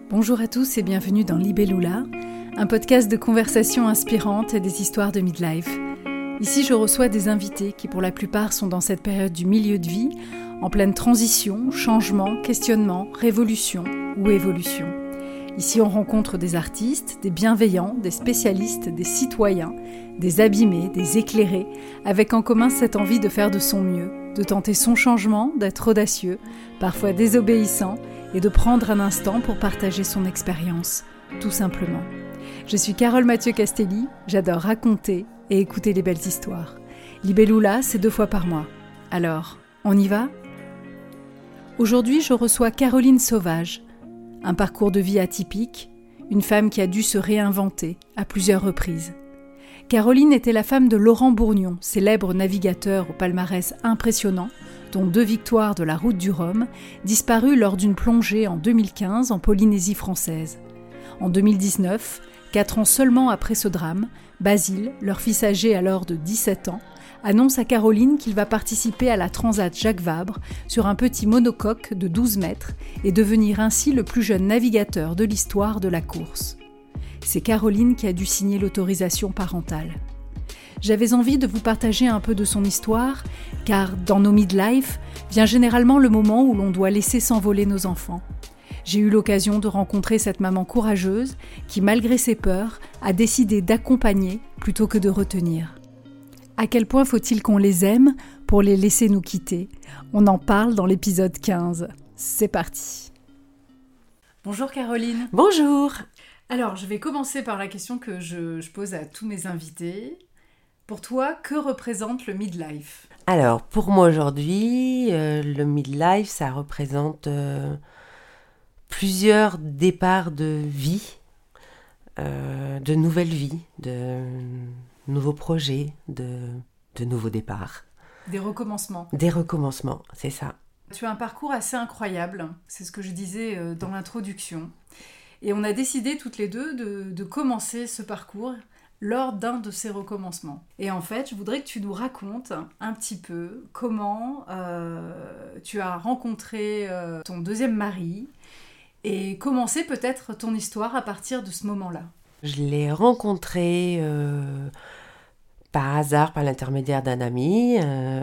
Bonjour à tous et bienvenue dans Libellula, un podcast de conversations inspirantes et des histoires de midlife. Ici, je reçois des invités qui, pour la plupart, sont dans cette période du milieu de vie, en pleine transition, changement, questionnement, révolution ou évolution. Ici, on rencontre des artistes, des bienveillants, des spécialistes, des citoyens, des abîmés, des éclairés, avec en commun cette envie de faire de son mieux, de tenter son changement, d'être audacieux, parfois désobéissant, et de prendre un instant pour partager son expérience, tout simplement. Je suis Carole Mathieu-Castelli, j'adore raconter et écouter les belles histoires. Libellula, c'est 2 fois par mois. Alors, on y va ? Aujourd'hui, je reçois Caroline Sauvage. Un parcours de vie atypique, une femme qui a dû se réinventer à plusieurs reprises. Caroline était la femme de Laurent Bourgnon, célèbre navigateur au palmarès impressionnant, dont 2 victoires de la route du Rhum, disparu lors d'une plongée en 2015 en Polynésie française. En 2019, 4 ans seulement après ce drame, Basile, leur fils âgé alors de 17 ans, annonce à Caroline qu'il va participer à la Transat Jacques Vabre sur un petit monocoque de 12 mètres et devenir ainsi le plus jeune navigateur de l'histoire de la course. C'est Caroline qui a dû signer l'autorisation parentale. J'avais envie de vous partager un peu de son histoire, car dans nos midlife vient généralement le moment où l'on doit laisser s'envoler nos enfants. J'ai eu l'occasion de rencontrer cette maman courageuse qui, malgré ses peurs, a décidé d'accompagner plutôt que de retenir. À quel point faut-il qu'on les aime pour les laisser nous quitter ? On en parle dans l'épisode 15. C'est parti. Bonjour Caroline. Bonjour. Alors, je vais commencer par la question que je pose à tous mes invités. Pour toi, que représente le midlife ? Alors, pour moi aujourd'hui, le midlife, ça représente plusieurs départs de vie, de nouvelles vies, de nouveaux projets, de nouveaux départs. Des recommencements. Des recommencements, c'est ça. Tu as un parcours assez incroyable, c'est ce que je disais dans l'introduction. Et on a décidé toutes les deux de commencer ce parcours lors d'un de ces recommencements. Et en fait, je voudrais que tu nous racontes un petit peu comment tu as rencontré ton deuxième mari et commencer peut-être ton histoire à partir de ce moment-là. Je l'ai rencontré par hasard, par l'intermédiaire d'un ami.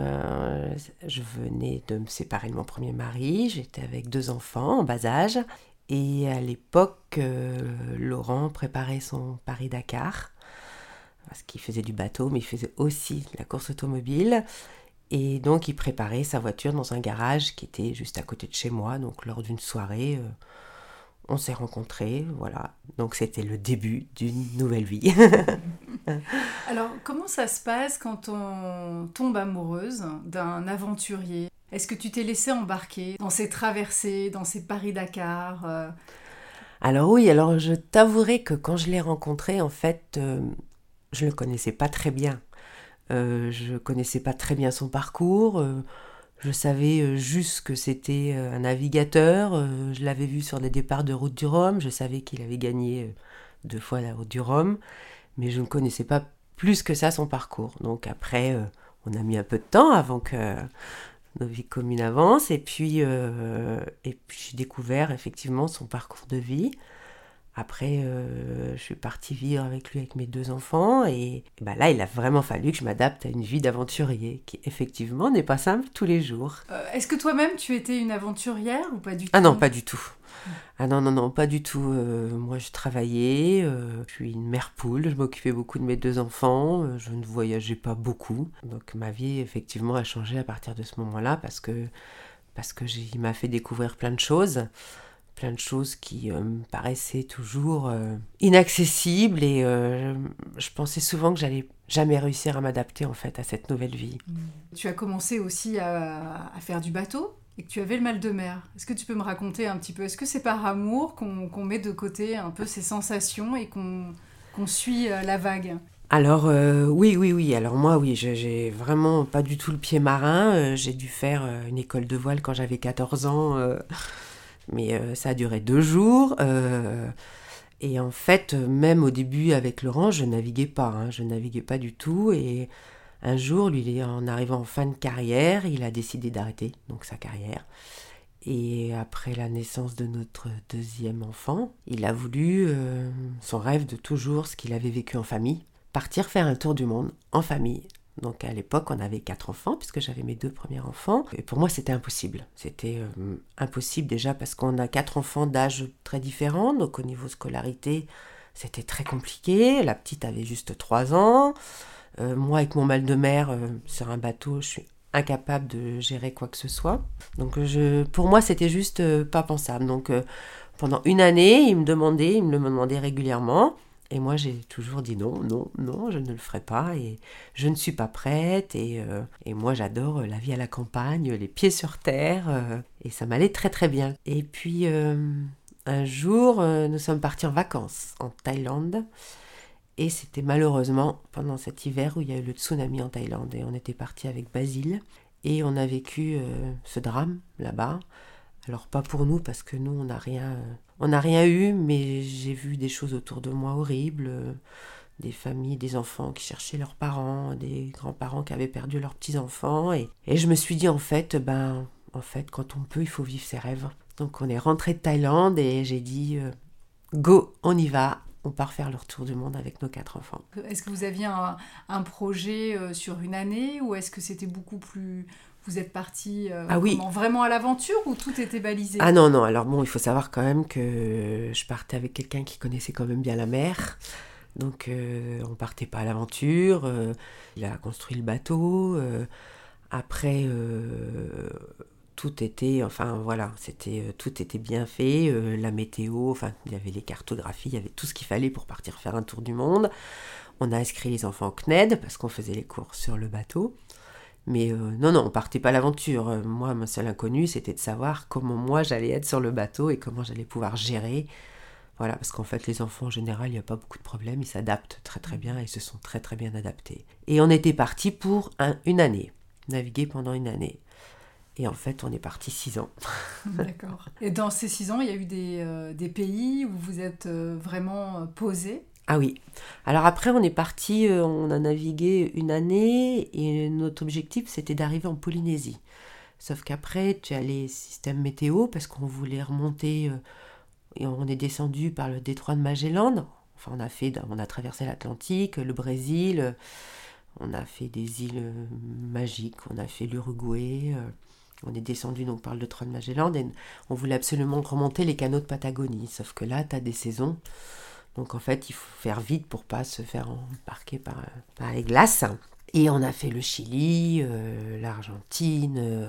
Je venais de me séparer de mon premier mari, j'étais avec 2 enfants en bas âge. Et à l'époque, Laurent préparait son Paris-Dakar, parce qu'il faisait du bateau, mais il faisait aussi de la course automobile. Et donc, il préparait sa voiture dans un garage qui était juste à côté de chez moi. Donc, lors d'une soirée, on s'est rencontrés, voilà. Donc, c'était le début d'une nouvelle vie. Alors, comment ça se passe quand on tombe amoureuse d'un aventurier ? Est-ce que tu t'es laissée embarquer dans ces traversées, dans ces Paris-Dakar Alors oui, je t'avouerai que quand je l'ai rencontré, en fait, je ne le connaissais pas très bien. Je ne connaissais pas très bien son parcours. Je savais juste que c'était un navigateur. Je l'avais vu sur des départs de route du Rhum. Je savais qu'il avait gagné 2 fois la route du Rhum. Mais je ne connaissais pas plus que ça son parcours. Donc après, on a mis un peu de temps avant que nos vies communes avancent. Et puis j'ai découvert effectivement son parcours de vie. Après, je suis partie vivre avec lui, avec mes 2 enfants. Et là, il a vraiment fallu que je m'adapte à une vie d'aventurier, qui effectivement n'est pas simple tous les jours. Est-ce que toi-même, tu étais une aventurière ou pas du tout ? Ah non, pas du tout. Ah non, pas du tout. Moi, je travaillais, je suis une mère poule, je m'occupais beaucoup de mes 2 enfants, je ne voyageais pas beaucoup. Donc ma vie, effectivement, a changé à partir de ce moment-là, parce que il m'a fait découvrir plein de choses qui me paraissaient toujours inaccessibles, et je pensais souvent que j'allais jamais réussir à m'adapter en fait à cette nouvelle vie. Tu as commencé aussi à faire du bateau et que tu avais le mal de mer. Est-ce que tu peux me raconter un petit peu ? Est-ce que c'est par amour qu'on met de côté un peu ces sensations et qu'on suit la vague ? Alors oui. Alors moi, oui, j'ai vraiment pas du tout le pied marin. J'ai dû faire une école de voile quand j'avais 14 ans. Mais ça a duré 2 jours. Et en fait, même au début avec Laurent, je naviguais pas du tout. Et un jour, lui, en arrivant en fin de carrière, il a décidé d'arrêter donc sa carrière. Et après la naissance de notre deuxième enfant, il a voulu son rêve de toujours, ce qu'il avait vécu en famille, partir faire un tour du monde en famille. Donc à l'époque, on avait 4 enfants, puisque j'avais mes 2 premiers enfants. Et pour moi, c'était impossible. C'était impossible déjà parce qu'on a 4 enfants d'âge très différents. Donc au niveau scolarité, c'était très compliqué. La petite avait juste 3 ans. Moi, avec mon mal de mer, sur un bateau, je suis incapable de gérer quoi que ce soit. Donc pour moi, c'était juste pas pensable. Donc pendant une année, il me le demandait régulièrement. Et moi, j'ai toujours dit non, non, non, je ne le ferai pas. Et je ne suis pas prête. Et moi, j'adore la vie à la campagne, les pieds sur terre. Et ça m'allait très, très bien. Et puis, un jour, nous sommes partis en vacances en Thaïlande. Et c'était malheureusement pendant cet hiver où il y a eu le tsunami en Thaïlande. Et on était partis avec Basile. Et on a vécu ce drame là-bas. Alors pas pour nous parce que nous on n'a rien eu, mais j'ai vu des choses autour de moi horribles. Des familles, des enfants qui cherchaient leurs parents, des grands-parents qui avaient perdu leurs petits-enfants. Et je me suis dit en fait, quand on peut, il faut vivre ses rêves. Donc on est rentré de Thaïlande et j'ai dit go, on y va. On part faire le tour du monde avec nos 4 enfants. Est-ce que vous aviez un projet sur une année ou est-ce que c'était beaucoup plus... Vous êtes partis vraiment à l'aventure ou tout était balisé ? Ah non, alors bon, il faut savoir quand même que je partais avec quelqu'un qui connaissait quand même bien la mer. Donc on partait pas à l'aventure. Il a construit le bateau. Après... tout était bien fait, la météo, il y avait les cartographies, il y avait tout ce qu'il fallait pour partir faire un tour du monde. On a inscrit les enfants au CNED parce qu'on faisait les cours sur le bateau. Mais non, on partait pas à l'aventure. Moi, ma seule inconnue, c'était de savoir comment moi j'allais être sur le bateau et comment j'allais pouvoir gérer. Voilà, parce qu'en fait, les enfants en général, il n'y a pas beaucoup de problèmes, ils s'adaptent très très bien et se sont très très bien adaptés. Et on était partis pour une année, naviguer pendant une année. Et en fait, on est parti 6 ans. D'accord. Et dans ces 6 ans, il y a eu des pays où vous êtes vraiment posés ? Ah oui. Alors après, on est parti, on a navigué une année et notre objectif, c'était d'arriver en Polynésie. Sauf qu'après, tu as les systèmes météo parce qu'on voulait remonter et on est descendu par le détroit de Magellan. Enfin, on a traversé l'Atlantique, le Brésil, on a fait des îles magiques, on a fait l'Uruguay. On est descendu donc par le détroit de Magellan et on voulait absolument remonter les canaux de Patagonie. Sauf que là, tu as des saisons. Donc en fait, il faut faire vite pour pas se faire embarquer par les glaces. Et on a fait le Chili, l'Argentine,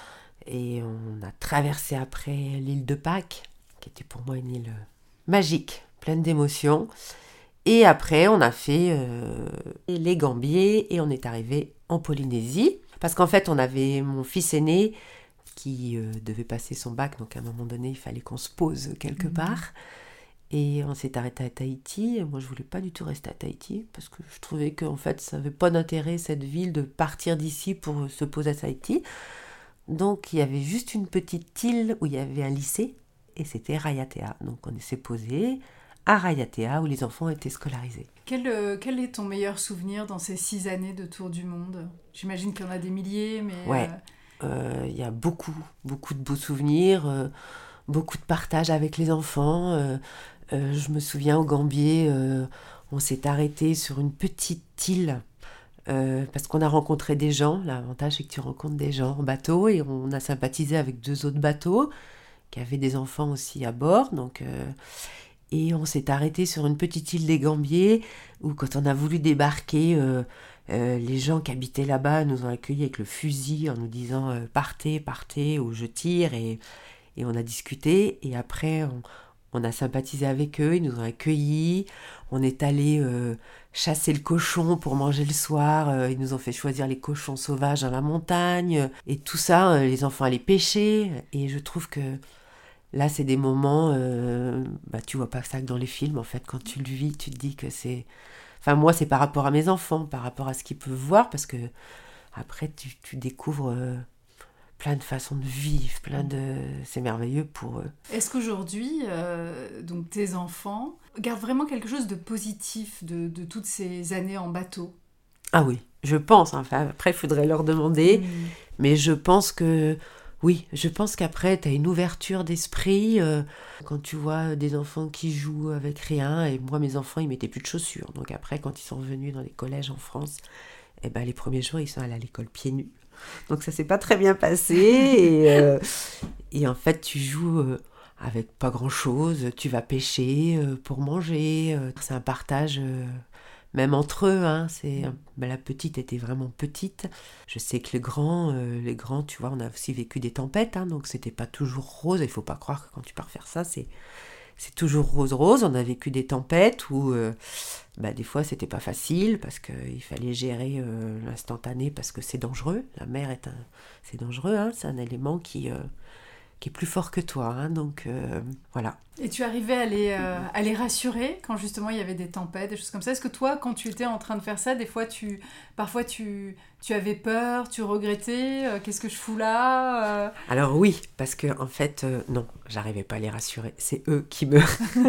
et on a traversé après l'île de Pâques, qui était pour moi une île magique, pleine d'émotions. Et après, on a fait les Gambiers et on est arrivé en Polynésie. Parce qu'en fait, on avait mon fils aîné qui devait passer son bac, donc à un moment donné, il fallait qu'on se pose quelque part. Et on s'est arrêté à Tahiti. Et moi, je voulais pas du tout rester à Tahiti parce que je trouvais qu'en fait, ça n'avait pas d'intérêt, cette ville, de partir d'ici pour se poser à Tahiti. Donc, il y avait juste une petite île où il y avait un lycée et c'était Raiatea. Donc, on s'est posé à Raiatea où les enfants étaient scolarisés. Quel est ton meilleur souvenir dans ces 6 années de tour du monde ? J'imagine qu'il y en a des milliers, mais... Ouais, il y a beaucoup de beaux souvenirs, beaucoup de partage avec les enfants. Je me souviens au Gambier, on s'est arrêté sur une petite île parce qu'on a rencontré des gens. L'avantage, c'est que tu rencontres des gens en bateau et on a sympathisé avec 2 autres bateaux qui avaient des enfants aussi à bord. Donc... Et on s'est arrêté sur une petite île des Gambiers où quand on a voulu débarquer, les gens qui habitaient là-bas nous ont accueillis avec le fusil en nous disant partez ou je tire et on a discuté et après on a sympathisé avec eux, ils nous ont accueillis, on est allé chasser le cochon pour manger le soir, ils nous ont fait choisir les cochons sauvages dans la montagne et tout ça, les enfants allaient pêcher et je trouve que là, c'est des moments, tu vois pas ça que dans les films, en fait. Quand tu le vis, tu te dis que c'est... Enfin, moi, c'est par rapport à mes enfants, par rapport à ce qu'ils peuvent voir, parce que après, tu découvres plein de façons de vivre, c'est merveilleux pour eux. Est-ce qu'aujourd'hui, donc tes enfants gardent vraiment quelque chose de positif de toutes ces années en bateau ? Ah oui, je pense. Enfin, après, il faudrait leur demander, mais je pense que Oui, je pense qu'après, tu as une ouverture d'esprit. Quand tu vois des enfants qui jouent avec rien, et moi, mes enfants, ils mettaient plus de chaussures. Donc après, quand ils sont revenus dans les collèges en France, eh ben, les premiers jours, ils sont allés à l'école pieds nus. Donc ça s'est pas très bien passé. Et en fait, tu joues avec pas grand-chose. Tu vas pêcher pour manger. C'est un partage, même entre eux. Hein, ben, la petite était vraiment petite. Je sais que les grands, tu vois, on a aussi vécu des tempêtes. Hein, donc c'était pas toujours rose. Il faut pas croire que quand tu pars faire ça, c'est toujours rose. On a vécu des tempêtes où bah, des fois c'était pas facile parce qu'il fallait gérer l'instantané parce que c'est dangereux. La mer c'est dangereux, hein, c'est un élément qui est plus fort que toi. Hein, donc voilà. Et tu arrivais à les rassurer quand justement il y avait des tempêtes, des choses comme ça. Est-ce que toi, quand tu étais en train de faire ça, des fois parfois tu avais peur, tu regrettais, qu'est-ce que je fous là Alors oui, parce que en fait, non, j'arrivais pas à les rassurer. C'est eux qui me...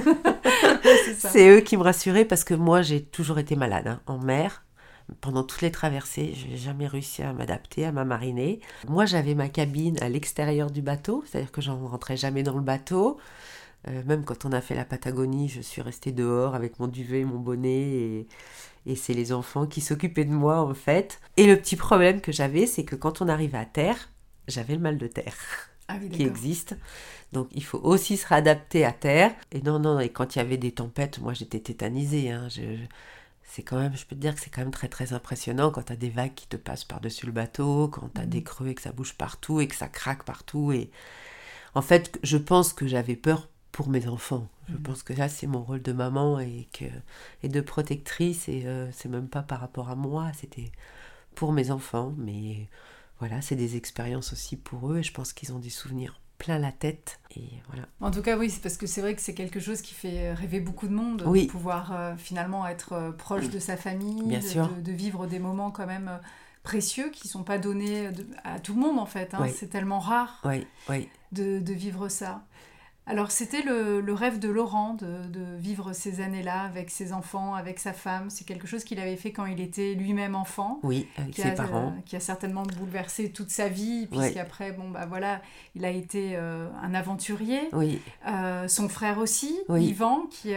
C'est ça. C'est eux qui me rassuraient parce que moi, j'ai toujours été malade hein, en mer. Pendant toutes les traversées, je n'ai jamais réussi à m'adapter, à m'amariner. Moi, j'avais ma cabine à l'extérieur du bateau, c'est-à-dire que je ne rentrais jamais dans le bateau. Même quand on a fait la Patagonie, je suis restée dehors avec mon duvet, mon bonnet, et c'est les enfants qui s'occupaient de moi en fait. Et le petit problème que j'avais, c'est que quand on arrivait à terre, j'avais le mal de terre qui existe. Donc il faut aussi se réadapter à terre. Et non, et quand il y avait des tempêtes, moi j'étais tétanisée. Hein. C'est quand même, je peux te dire que c'est quand même très très impressionnant quand tu as des vagues qui te passent par-dessus le bateau, quand tu as des creux et que ça bouge partout et que ça craque partout. Et en fait, je pense que j'avais peur pour mes enfants. Je pense que là, c'est mon rôle de maman et de protectrice. Et c'est même pas par rapport à moi, c'était pour mes enfants. Mais voilà, c'est des expériences aussi pour eux et je pense qu'ils ont des souvenirs plein la tête et voilà. En tout cas oui, c'est parce que c'est vrai que c'est quelque chose qui fait rêver beaucoup de monde, oui. de pouvoir finalement être proche de sa famille, bien sûr. De vivre des moments quand même précieux qui ne sont pas donnés à tout le monde en fait, hein. Oui. C'est tellement rare oui. de vivre ça. Alors c'était le rêve de Laurent de vivre ces années-là avec ses enfants, avec sa femme. C'est quelque chose qu'il avait fait quand il était lui-même enfant. Oui, avec ses parents. Qui a certainement bouleversé toute sa vie, puisqu'après, voilà, il a été un aventurier. Oui. Son frère aussi, Yvan, qui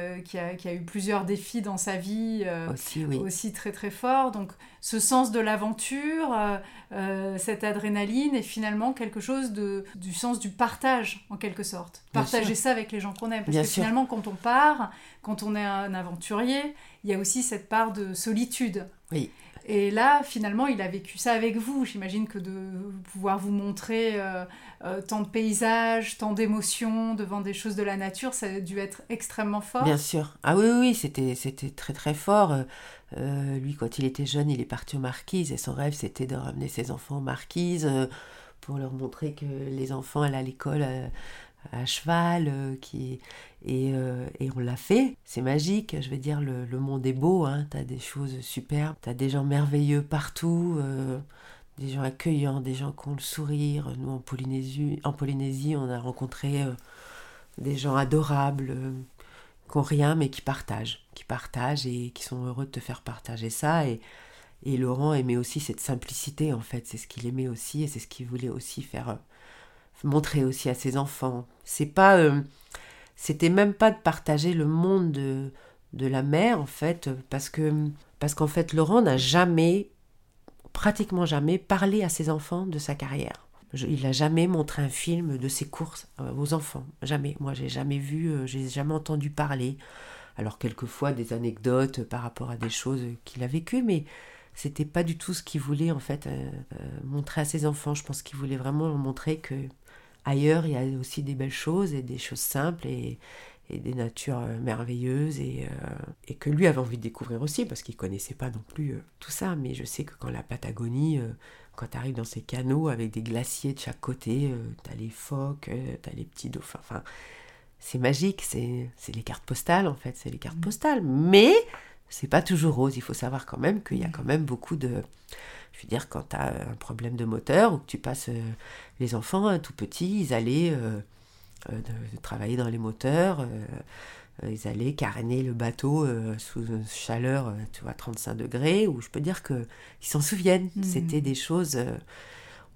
a eu plusieurs défis dans sa vie, aussi très très forts. Donc ce sens de l'aventure, cette adrénaline est finalement quelque chose du sens du partage en quelque sorte. Partager ça avec les gens qu'on aime. Parce que finalement, quand on part, quand on est un aventurier, il y a aussi cette part de solitude. Oui. Et là, finalement, il a vécu ça avec vous. J'imagine que de pouvoir vous montrer tant de paysages, tant d'émotions devant des choses de la nature, ça a dû être extrêmement fort. Bien sûr. Ah oui, c'était très très fort. Lui, quand il était jeune, il est parti aux Marquises et son rêve, c'était de ramener ses enfants aux Marquises pour leur montrer que les enfants allaient à l'école à cheval, et on l'a fait. C'est magique, je veux dire, le monde est beau, hein. T'as des choses superbes, t'as des gens merveilleux partout, des gens accueillants, des gens qui ont le sourire. Nous, en Polynésie, on a rencontré des gens adorables, qui n'ont rien, mais qui partagent et qui sont heureux de te faire partager ça. Et Laurent aimait aussi cette simplicité, en fait. C'est ce qu'il aimait aussi, et c'est ce qu'il voulait aussi faire... montrer aussi à ses enfants. C'était même pas de partager le monde de la mer, en fait, parce qu'en fait, Laurent n'a pratiquement jamais parlé à ses enfants de sa carrière. Il n'a jamais montré un film de ses courses aux enfants. Jamais. Moi, j'ai jamais entendu parler. Alors, quelquefois, des anecdotes par rapport à des choses qu'il a vécues, mais c'était pas du tout ce qu'il voulait, en fait, montrer à ses enfants. Je pense qu'il voulait vraiment leur montrer que ailleurs, il y a aussi des belles choses et des choses simples et des natures merveilleuses et que lui avait envie de découvrir aussi parce qu'il ne connaissait pas non plus tout ça. Mais je sais que quand la Patagonie, quand tu arrives dans ces canaux avec des glaciers de chaque côté, tu as les phoques, tu as les petits dauphins. Enfin, c'est magique, c'est les cartes postales en fait, c'est les cartes postales. Mais c'est pas toujours rose, il faut savoir quand même qu'il y a quand même beaucoup de... Je veux dire, quand tu as un problème de moteur ou que tu passes... les enfants, tout petits, ils allaient travailler dans les moteurs, ils allaient caréner le bateau sous une chaleur, tu vois, 35 degrés, où je peux dire qu'ils s'en souviennent. C'était des choses...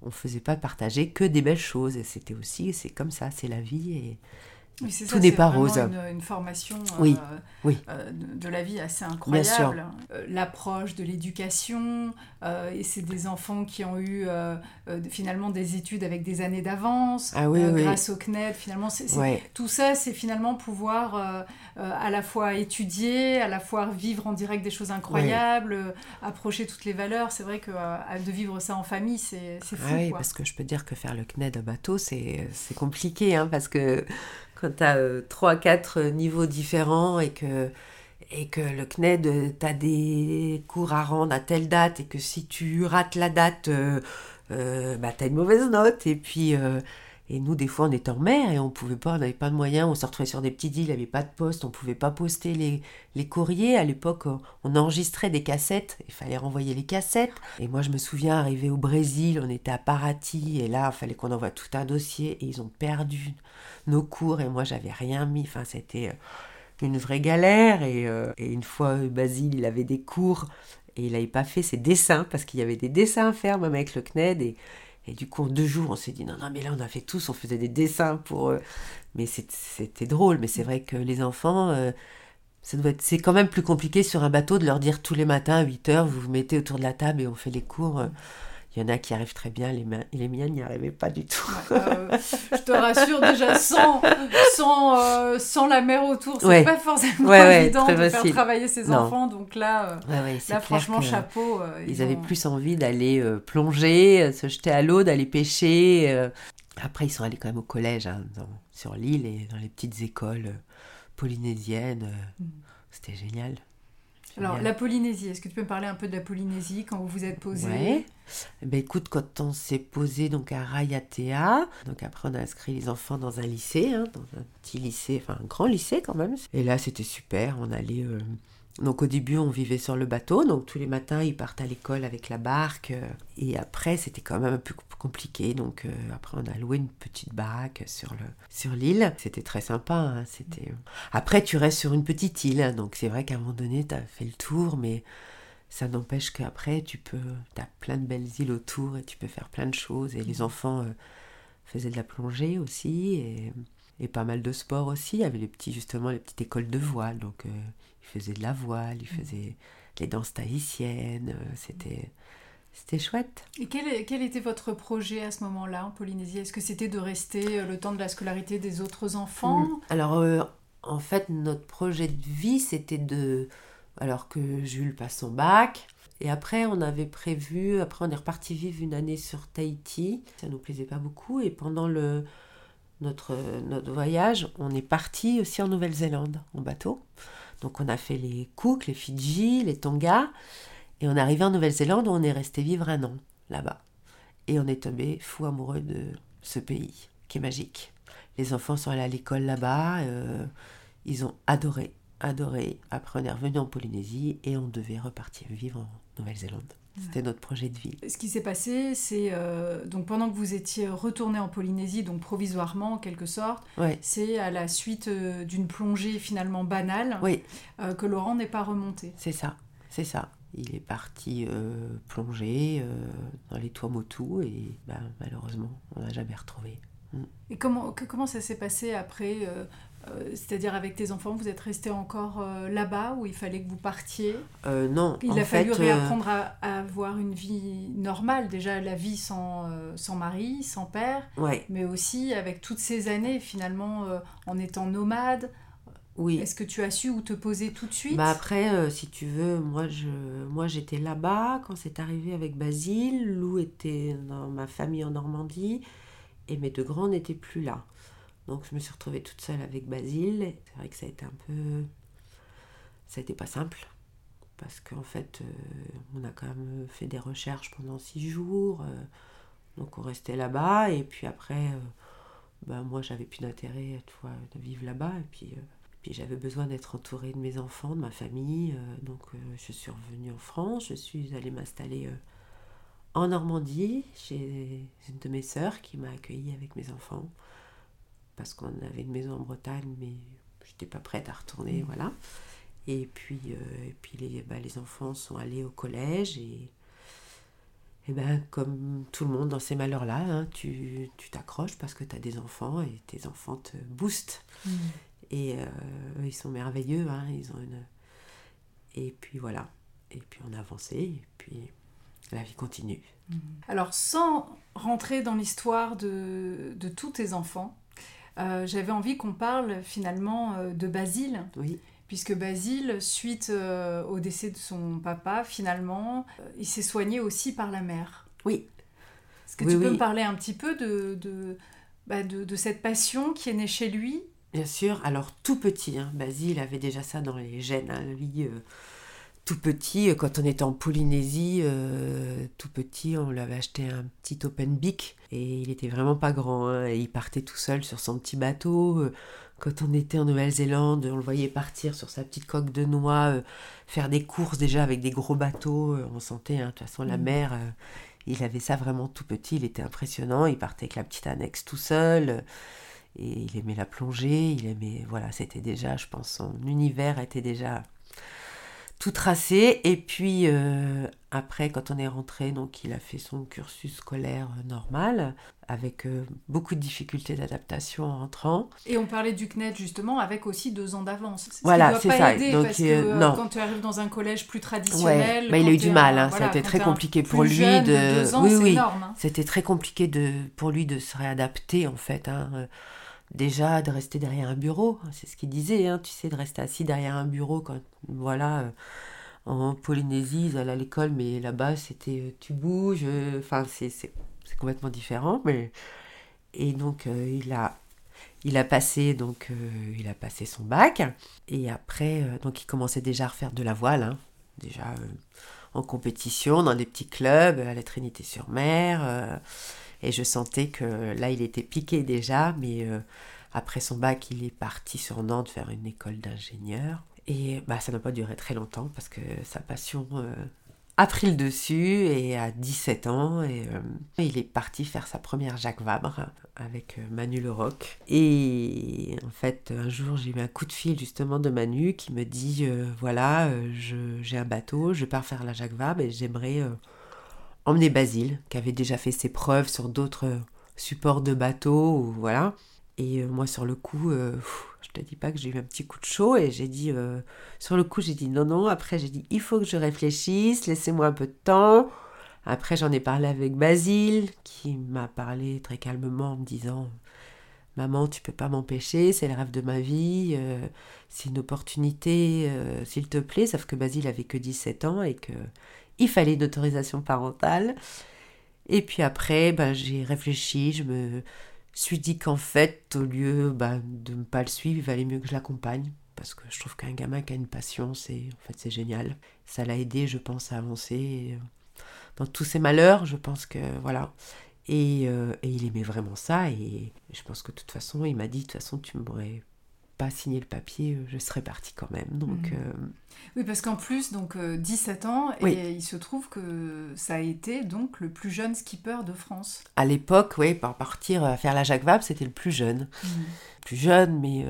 on faisait pas partager que des belles choses. Et c'était aussi, c'est comme ça, c'est la vie et Oui, c'est tout ça, n'est c'est pas vraiment rose. une formation Oui, oui, de la vie assez bien sûr. incroyable. L'approche de l'éducation, et c'est des enfants qui ont eu finalement des études avec des années d'avance, Ah oui, oui, grâce au CNED. Finalement, ouais, tout ça, c'est finalement pouvoir à la fois étudier, à la fois vivre en direct des choses ouais. incroyables, approcher toutes les valeurs. C'est vrai que de vivre ça en famille, c'est Ah fou, oui, quoi. parce que je peux dire que faire le CNED à bateau, c'est compliqué, hein, parce que quand tu as 3-4 niveaux différents et que le CNED, tu as des cours à rendre à telle date et que si tu rates la date, bah, tu as une mauvaise note. Et nous, des fois, on était en mer et on pouvait pas, on n'avait pas de moyens, on se retrouvait sur des petites îles, il n'y avait pas de poste, on pouvait pas poster les courriers. À l'époque, on enregistrait des cassettes, il fallait renvoyer les cassettes. Et moi, je me souviens, arrivé au Brésil, on était à Paraty et là, il fallait qu'on envoie tout un dossier et ils ont perdu nos cours et moi, j'avais rien mis. Enfin, c'était une vraie galère. Et une fois, Basile, il avait des cours et il n'avait pas fait ses dessins parce qu'il y avait des dessins à faire, même avec le CNED. Et du coup, en 2 jours, on s'est dit non, non, mais là, on a fait tous, on faisait des dessins pour. Mais c'était drôle, mais c'est vrai que les enfants. C'est quand même plus compliqué sur un bateau de leur dire tous les matins à 8 heures, vous vous mettez autour de la table et on fait les cours. Il y en a qui arrivent très bien, les miens n'y arrivaient pas du tout. Ouais, je te rassure, déjà, sans la mère autour, c'est Ouais, pas forcément ouais, évident très de faire facile. travailler ses Non, enfants. Donc là, ouais, c'est là clair franchement, que chapeau. ils avaient plus envie d'aller plonger, se jeter à l'eau, d'aller pêcher. Après, ils sont allés quand même au collège, hein, sur l'île et dans les petites écoles polynésiennes. C'était génial. Alors, Génial. la Polynésie, est-ce que tu peux me parler un peu de la Polynésie quand vous vous êtes Ouais. posé? Eh ben écoute, quand on s'est posé donc à Raiatea, donc après on a inscrit les enfants dans un lycée, hein, dans un petit lycée, enfin un grand lycée quand même. Et là c'était super, on allait. Donc au début on vivait sur le bateau, donc tous les matins ils partent à l'école avec la barque. Et après c'était quand même un peu compliqué, donc après on a loué une petite baraque sur l'île. C'était très sympa, hein, c'était. Après tu restes sur une petite île, hein, donc c'est vrai qu'à un moment donné t'as fait le tour, mais ça n'empêche qu'après, t'as plein de belles îles autour et tu peux faire plein de choses. Et les enfants faisaient de la plongée aussi et pas mal de sport aussi. Il y avait justement les petites écoles de voile. Donc, ils faisaient de la voile, ils faisaient les danses tahitiennes. C'était chouette. Et quel était votre projet à ce moment-là en Polynésie? Est-ce que c'était de rester le temps de la scolarité des autres enfants? Alors, en fait, notre projet de vie, c'était alors que Jules passe son bac. Et après, on avait prévu, après on est reparti vivre une année sur Tahiti. Ça nous plaisait pas beaucoup. Et pendant notre voyage, on est parti aussi en Nouvelle-Zélande, en bateau. Donc on a fait les Cook, les Fidji, les Tonga. Et on est arrivé en Nouvelle-Zélande où on est resté vivre un an, là-bas. Et on est tombé fou amoureux de ce pays, qui est magique. Les enfants sont allés à l'école là-bas. Ils ont adoré, adoré. Après, on est revenu en Polynésie et on devait repartir vivre en Nouvelle-Zélande. C'était notre projet de vie. Ce qui s'est passé, c'est donc pendant que vous étiez retourné en Polynésie, donc provisoirement en quelque sorte, Ouais. c'est à la suite d'une plongée finalement banale Oui, que Laurent n'est pas remonté. c'est ça, c'est ça. Il est parti plonger dans les Tuamotu et malheureusement, on n'a jamais retrouvé. Et comment ça s'est passé après c'est-à-dire avec tes enfants, vous êtes restés encore là-bas où il fallait que vous partiez? Non, Il en a fallu fait, réapprendre à avoir une vie normale, déjà la vie sans mari, sans père, ouais, mais aussi avec toutes ces années finalement en étant nomade. oui. Est-ce que tu as su où te poser tout de suite? Après, si tu veux, moi j'étais là-bas quand c'est arrivé avec Basile. Lou était dans ma famille en Normandie et mes deux grands n'étaient plus là. Donc je me suis retrouvée toute seule avec Basile. C'est vrai que ça a été ça a été pas simple parce qu'en fait, on a quand même fait des recherches pendant 6 jours. Donc on restait là-bas et puis après, moi j'avais plus d'intérêt, tu vois, de vivre là-bas et puis j'avais besoin d'être entourée de mes enfants, de ma famille. Donc je suis revenue en France. Je suis allée m'installer en Normandie chez une de mes sœurs qui m'a accueillie avec mes enfants parce qu'on avait une maison en Bretagne, mais j'étais pas prête à retourner, voilà. Et puis les enfants sont allés au collège Et ben, comme tout le monde dans ces malheurs-là, hein, tu t'accroches parce que tu as des enfants et tes enfants te boostent. Et ils sont merveilleux, hein, ils ont une... Et puis voilà. Et puis on a avancé, et puis la vie continue. Alors, sans rentrer dans l'histoire de tous tes enfants, j'avais envie qu'on parle finalement de Basile. Oui. Puisque Basile, suite au décès de son papa, finalement, il s'est soigné aussi par la mère. Oui. Est-ce que tu peux me parler un petit peu de cette passion qui est née chez lui ? Bien sûr. Alors, tout petit, hein, Basile avait déjà ça dans les gènes. Hein, lui, tout petit, quand on était en Polynésie, tout petit, on lui avait acheté un petit open bic. Et il était vraiment pas grand. Hein, et il partait tout seul sur son petit bateau. Quand on était en Nouvelle-Zélande, on le voyait partir sur sa petite coque de noix, faire des courses déjà avec des gros bateaux. On sentait, hein, de toute façon, la mer, il avait ça vraiment tout petit. Il était impressionnant. Il partait avec la petite annexe tout seul. Et il aimait la plongée. Il aimait, voilà, c'était déjà, je pense, son univers était déjà tout tracé. Et puis, après, quand on est rentré, donc, il a fait son cursus scolaire normal, avec beaucoup de difficultés d'adaptation en rentrant. Et on parlait du CNED justement avec aussi 2 ans d'avance. Voilà, c'est ça. Aider, donc, parce que non. Quand tu arrives dans un collège plus traditionnel... Ouais, il a eu du mal, hein, ça a été très compliqué pour lui de 2 ans, c'est énorme. Hein. C'était très compliqué pour lui de se réadapter en fait. Hein. Déjà, de rester derrière un bureau, c'est ce qu'il disait, hein, tu sais, de rester assis derrière un bureau quand, voilà... En Polynésie, ils allaient à l'école, mais là-bas, c'était tu bouges. Enfin, c'est complètement différent. Mais... Et donc, il a passé son bac. Et après, donc, il commençait déjà à refaire de la voile. Hein, déjà en compétition, dans des petits clubs, à la Trinité-sur-Mer. Et je sentais que là, il était piqué déjà. Mais après son bac, il est parti sur Nantes faire une école d'ingénieur. Et ça n'a pas duré très longtemps parce que sa passion a pris le dessus et à 17 ans, il est parti faire sa première Jacques Vabre avec Manu Le Roc. Et en fait, un jour, j'ai eu un coup de fil justement de Manu qui me dit voilà, j'ai un bateau, je pars faire la Jacques Vabre et j'aimerais emmener Basile, qui avait déjà fait ses preuves sur d'autres supports de bateau, ou voilà. Et moi, sur le coup, je te dis pas que j'ai eu un petit coup de chaud et j'ai dit, sur le coup, j'ai dit non. Après, j'ai dit, il faut que je réfléchisse, laissez-moi un peu de temps. Après, j'en ai parlé avec Basile, qui m'a parlé très calmement en me disant, maman, tu peux pas m'empêcher, c'est le rêve de ma vie, c'est une opportunité, s'il te plaît. Sauf que Basile avait que 17 ans et qu'il fallait une autorisation parentale. Et puis après, j'ai réfléchi, je me suis dit qu'en fait, au lieu de ne pas le suivre, il valait mieux que je l'accompagne. Parce que je trouve qu'un gamin qui a une passion, c'est génial. Ça l'a aidé, je pense, à avancer. Dans tous ses malheurs, je pense que, voilà. Et il aimait vraiment ça. Et je pense que de toute façon, il m'a dit, de toute façon, tu m'aurais pas signé le papier, je serais partie quand même. Donc, Oui, parce qu'en plus, donc 17 ans, oui. Et il se trouve que ça a été donc le plus jeune skipper de France. À l'époque, oui, pour partir faire la Jacques Vabre, c'était le plus jeune. Plus jeune, mais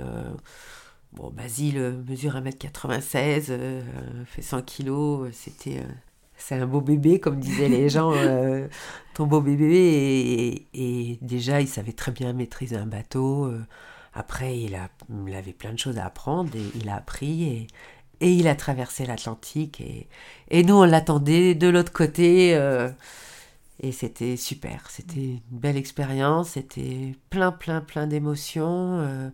Basile mesure 1m96, fait 100 kilos, c'est un beau bébé, comme disaient les gens, ton beau bébé. Et déjà, il savait très bien maîtriser un bateau. Après, il avait plein de choses à apprendre et il a appris et il a traversé l'Atlantique. Et nous, on l'attendait de l'autre côté. Et c'était super. C'était une belle expérience. C'était plein d'émotions.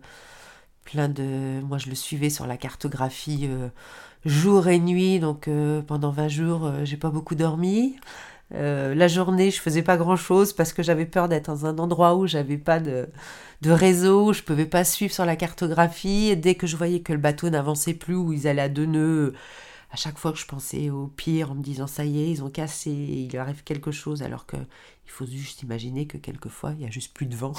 Moi, je le suivais sur la cartographie jour et nuit. Donc, pendant 20 jours, j'ai pas beaucoup dormi. La journée, je faisais pas grand-chose parce que j'avais peur d'être dans un endroit où j'avais pas de réseau, je pouvais pas suivre sur la cartographie. Et dès que je voyais que le bateau n'avançait plus, où ils allaient à 2 nœuds, à chaque fois que je pensais au pire, en me disant ça y est, ils ont cassé, il arrive quelque chose, alors que il faut juste imaginer que quelquefois, il y a juste plus de vent.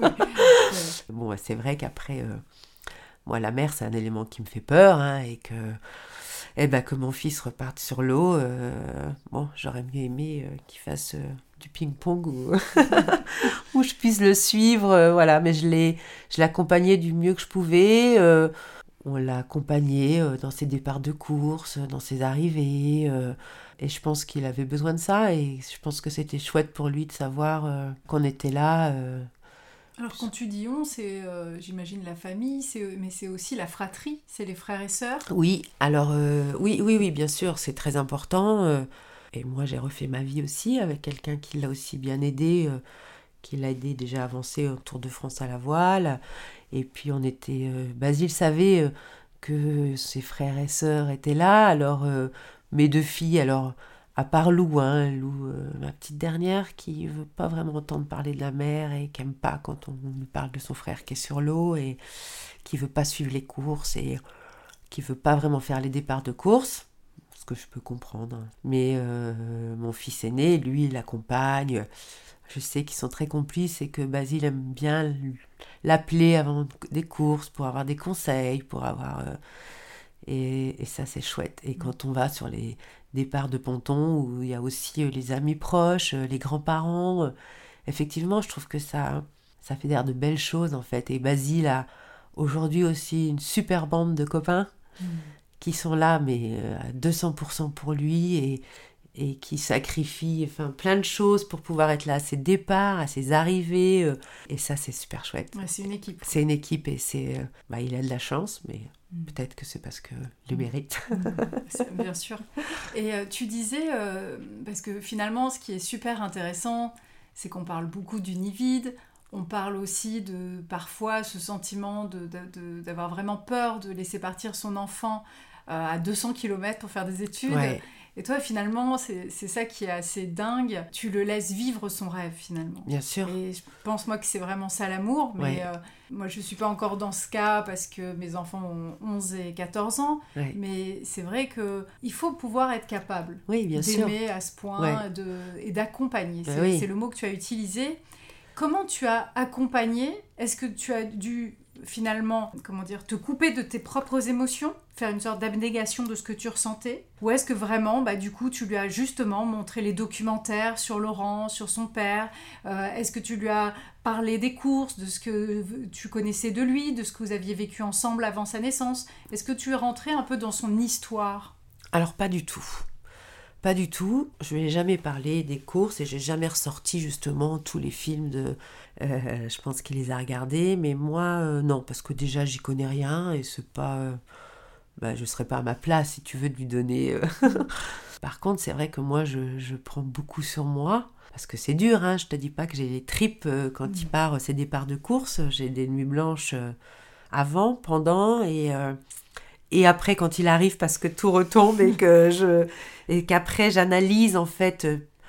Bon, c'est vrai qu'après, moi, la mer, c'est un élément qui me fait peur, hein, et que mon fils reparte sur l'eau, j'aurais mieux aimé qu'il fasse du ping-pong où je puisse le suivre, voilà, mais je l'accompagnais du mieux que je pouvais. On l'a accompagné dans ses départs de course, dans ses arrivées. Et je pense qu'il avait besoin de ça, et je pense que c'était chouette pour lui de savoir qu'on était là. Alors quand tu dis on, c'est j'imagine la famille, mais c'est aussi la fratrie, c'est les frères et sœurs. Oui, alors oui, bien sûr, c'est très important. Et moi, j'ai refait ma vie aussi avec quelqu'un qui l'a aussi bien aidé, qui l'a aidé déjà à avancer au Tour de France à la voile. Et puis Basile savait que ses frères et sœurs étaient là. Alors mes 2 filles, alors à part Lou, ma petite dernière, qui veut pas vraiment entendre parler de la mer et qui aime pas quand on lui parle de son frère qui est sur l'eau et qui veut pas suivre les courses et qui veut pas vraiment faire les départs de course, ce que je peux comprendre. Mais mon fils aîné, lui, il l'accompagne. Je sais qu'ils sont très complices et que Basile aime bien l'appeler avant des courses pour avoir des conseils, pour avoir... et ça, c'est chouette. Et quand on va sur les départs de ponton, où il y a aussi les amis proches, les grands-parents, effectivement, je trouve que ça fédère de belles choses, en fait. Et Basile a aujourd'hui aussi une super bande de copains qui sont là, mais à 200% pour lui, et qui sacrifient plein de choses pour pouvoir être là à ses départs, à ses arrivées. Et ça, c'est super chouette. Ouais, c'est une équipe. C'est une équipe, et il a de la chance, mais peut-être que c'est parce qu'il le mérite. Bien sûr. Et tu disais, parce que finalement, ce qui est super intéressant, c'est qu'on parle beaucoup du nid vide. On parle aussi de parfois ce sentiment d'avoir vraiment peur de laisser partir son enfant à 200 km pour faire des études. Ouais. Et toi, finalement, c'est ça qui est assez dingue. Tu le laisses vivre son rêve, finalement. Bien sûr. Et je pense, moi, que c'est vraiment ça, l'amour. Mais moi, je ne suis pas encore dans ce cas parce que mes enfants ont 11 et 14 ans. Ouais. Mais c'est vrai qu'il faut pouvoir être capable bien sûr. d'aimer à ce point et d'accompagner. C'est le mot que tu as utilisé. Comment tu as accompagné ? Est-ce que tu as dû finalement, te couper de tes propres émotions, faire une sorte d'abnégation de ce que tu ressentais ? Ou est-ce que vraiment, du coup, tu lui as justement montré les documentaires sur Laurent, sur son père ? Est-ce que tu lui as parlé des courses, de ce que tu connaissais de lui, de ce que vous aviez vécu ensemble avant sa naissance ? Est-ce que tu es rentré un peu dans son histoire ? Alors, pas du tout. Pas du tout. Je lui ai jamais parlé des courses et j'ai jamais ressorti justement tous les films de... je pense qu'il les a regardés, mais moi, non, parce que déjà, j'y connais rien et c'est pas... je serais pas à ma place, si tu veux, de lui donner... Par contre, c'est vrai que moi, je prends beaucoup sur moi, parce que c'est dur, hein, je te dis pas que j'ai les tripes quand il part ses départs de course, j'ai des nuits blanches avant, pendant et après quand il arrive, parce que tout retombe et qu'après j'analyse en fait.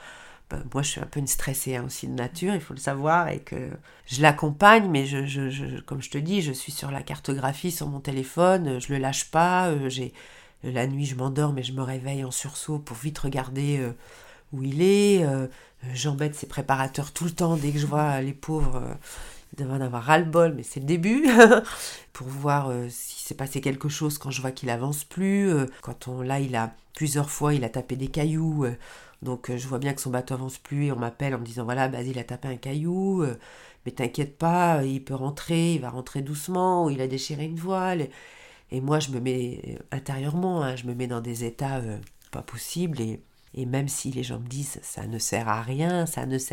Moi je suis un peu une stressée aussi de nature, il faut le savoir, et que je l'accompagne, mais comme je te dis, je suis sur la cartographie sur mon téléphone, je le lâche pas, la nuit je m'endors mais je me réveille en sursaut pour vite regarder où il est, j'embête ses préparateurs tout le temps dès que je vois les pauvres. Ils doivent en avoir ras-le-bol, mais c'est le début, pour voir s'il s'est passé quelque chose quand je vois qu'il avance plus. Il a plusieurs fois, il a tapé des cailloux, donc je vois bien que son bateau avance plus, et on m'appelle en me disant, voilà, Basile a tapé un caillou, mais t'inquiète pas, il peut rentrer, il va rentrer doucement, ou il a déchiré une voile. Et moi, je me mets intérieurement, je me mets dans des états pas possibles, et même si les gens me disent ça ne sert à rien,